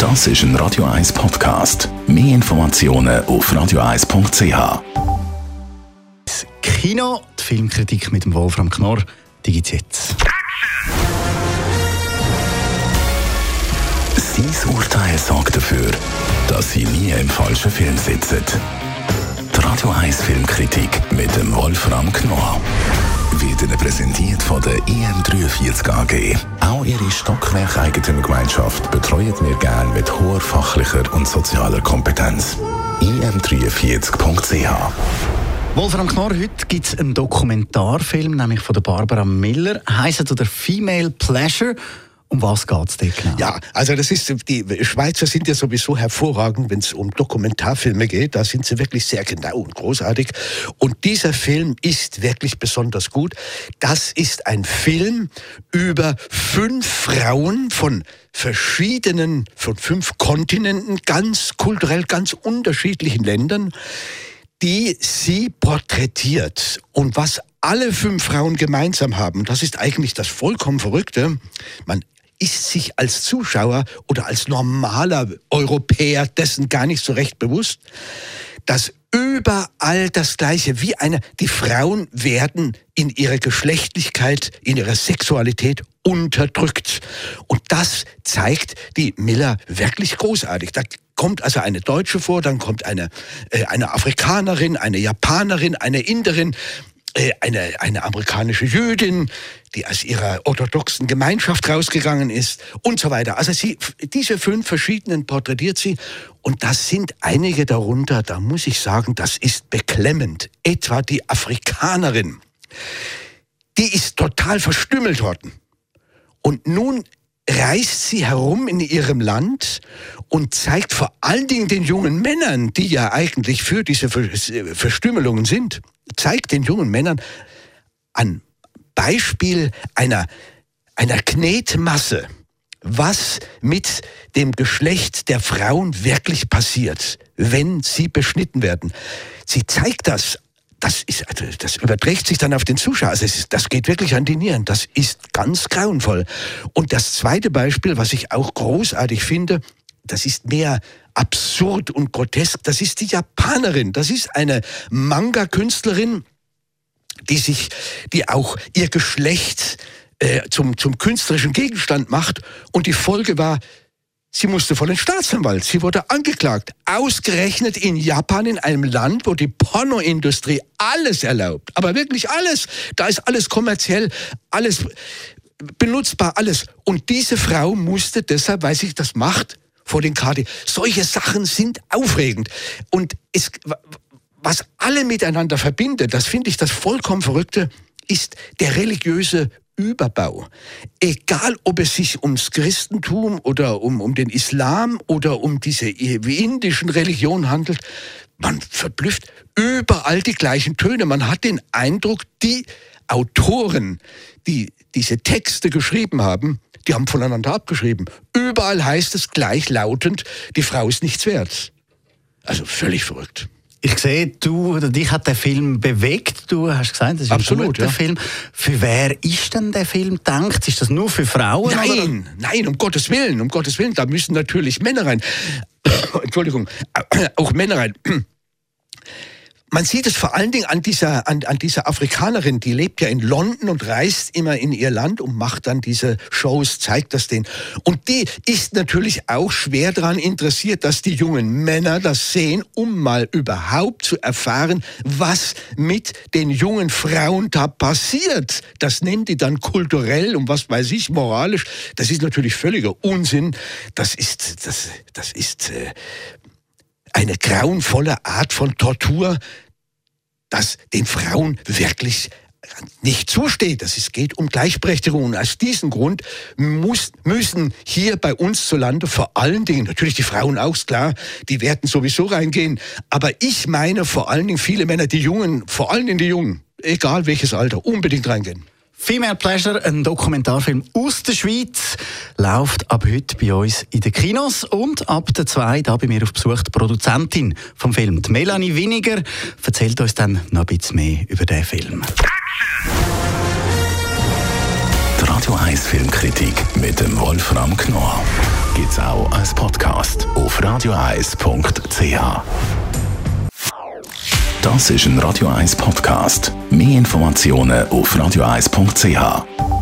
Das ist ein Radio 1 Podcast. Mehr Informationen auf radio1.ch. Kino, die Filmkritik mit dem Wolfram Knorr, die gibt's jetzt. Sein Urteil sorgt dafür, dass Sie nie im falschen Film sitzen. Die Radio 1 Filmkritik mit dem Wolfram Knorr wird Ihnen präsentiert von der IM43 AG. Auch Ihre Stockwerk-Eigentümergemeinschaft betreuen wir gerne mit hoher fachlicher und sozialer Kompetenz. im43.ch. Wolfram Knorr, heute gibt es einen Dokumentarfilm, nämlich von der Barbara Miller, heisst oder Female Pleasure. Um was geht es dort genau? Ja, also das ist, die Schweizer sind ja sowieso hervorragend, wenn es um Dokumentarfilme geht. Da sind sie wirklich sehr genau und großartig. Und dieser Film ist wirklich besonders gut. Das ist ein Film über 5 Frauen von 5 Kontinenten, ganz kulturell, ganz unterschiedlichen Ländern, die sie porträtiert. Und was alle 5 Frauen gemeinsam haben, das ist eigentlich das vollkommen Verrückte, man ist sich als Zuschauer oder als normaler Europäer dessen gar nicht so recht bewusst, dass überall das Gleiche, die Frauen werden in ihrer Geschlechtlichkeit, in ihrer Sexualität unterdrückt. Und das zeigt die Miller wirklich großartig. Da kommt also eine Deutsche vor, dann kommt eine Afrikanerin, eine Japanerin, eine Inderin, eine amerikanische Jüdin, die aus ihrer orthodoxen Gemeinschaft rausgegangen ist und so weiter. Also diese 5 verschiedenen porträtiert sie und das sind einige darunter, da muss ich sagen, das ist beklemmend. Etwa die Afrikanerin, die ist total verstümmelt worden. Und nun reist sie herum in ihrem Land und zeigt vor allen Dingen den jungen Männern, die ja eigentlich für diese Verstümmelungen sind, zeigt den jungen Männern an Beispiel einer Knetmasse, was mit dem Geschlecht der Frauen wirklich passiert, wenn sie beschnitten werden. Sie zeigt das. Das überträgt sich dann auf den Zuschauer. Also das geht wirklich an die Nieren. Das ist ganz grauenvoll. Und das zweite Beispiel, was ich auch großartig finde, das ist mehr absurd und grotesk, das ist die Japanerin. Das ist eine Manga-Künstlerin, die auch ihr Geschlecht zum künstlerischen Gegenstand macht. Und die Folge war, sie musste vor den Staatsanwalt. Sie wurde angeklagt. Ausgerechnet in Japan, in einem Land, wo die Pornoindustrie alles erlaubt. Aber wirklich alles. Da ist alles kommerziell, alles benutzbar, alles. Und diese Frau musste deshalb, weil sie das macht, vor den KD. Solche Sachen sind aufregend. Und was alle miteinander verbindet, das finde ich das vollkommen Verrückte, ist der religiöse Überbau. Egal, ob es sich ums Christentum oder um den Islam oder um diese indischen Religionen handelt, man verblüfft überall die gleichen Töne. Man hat den Eindruck, die Autoren, die diese Texte geschrieben haben, die haben voneinander abgeschrieben. Überall heißt es gleichlautend, die Frau ist nichts wert. Also völlig verrückt. Ich sehe, dich hat der Film bewegt. Du hast gesagt, das ist absolut, ein guter Film. Für wer ist denn der Film gedacht? Ist das nur für Frauen? Nein, um Gottes Willen. Da müssen natürlich Männer rein. Entschuldigung, auch Männer rein. Man sieht es vor allen Dingen an dieser Afrikanerin, die lebt ja in London und reist immer in ihr Land und macht dann diese Shows, zeigt das denen. Und die ist natürlich auch schwer daran interessiert, dass die jungen Männer das sehen, um mal überhaupt zu erfahren, was mit den jungen Frauen da passiert. Das nennen die dann kulturell und was weiß ich, moralisch. Das ist natürlich völliger Unsinn. Das ist eine grauenvolle Art von Tortur, das den Frauen wirklich nicht zusteht. Es geht um Gleichberechtigung. Und aus diesem Grund müssen hier bei uns zu Lande vor allen Dingen, natürlich die Frauen auch, ist klar, die werden sowieso reingehen. Aber ich meine vor allen Dingen viele Männer, die Jungen, vor allen Dingen die Jungen, egal welches Alter, unbedingt reingehen. Female Pleasure, ein Dokumentarfilm aus der Schweiz, läuft ab heute bei uns in den Kinos und ab der 2 da bei mir auf Besuch die Produzentin vom Film, die Melanie Winiger, erzählt uns dann noch ein bisschen mehr über den Film. Die Radio 1 Filmkritik mit dem Wolfram Knorr gibt's auch als Podcast auf radio1.ch. Das ist ein Radio 1 Podcast. Mehr Informationen auf radio1.ch.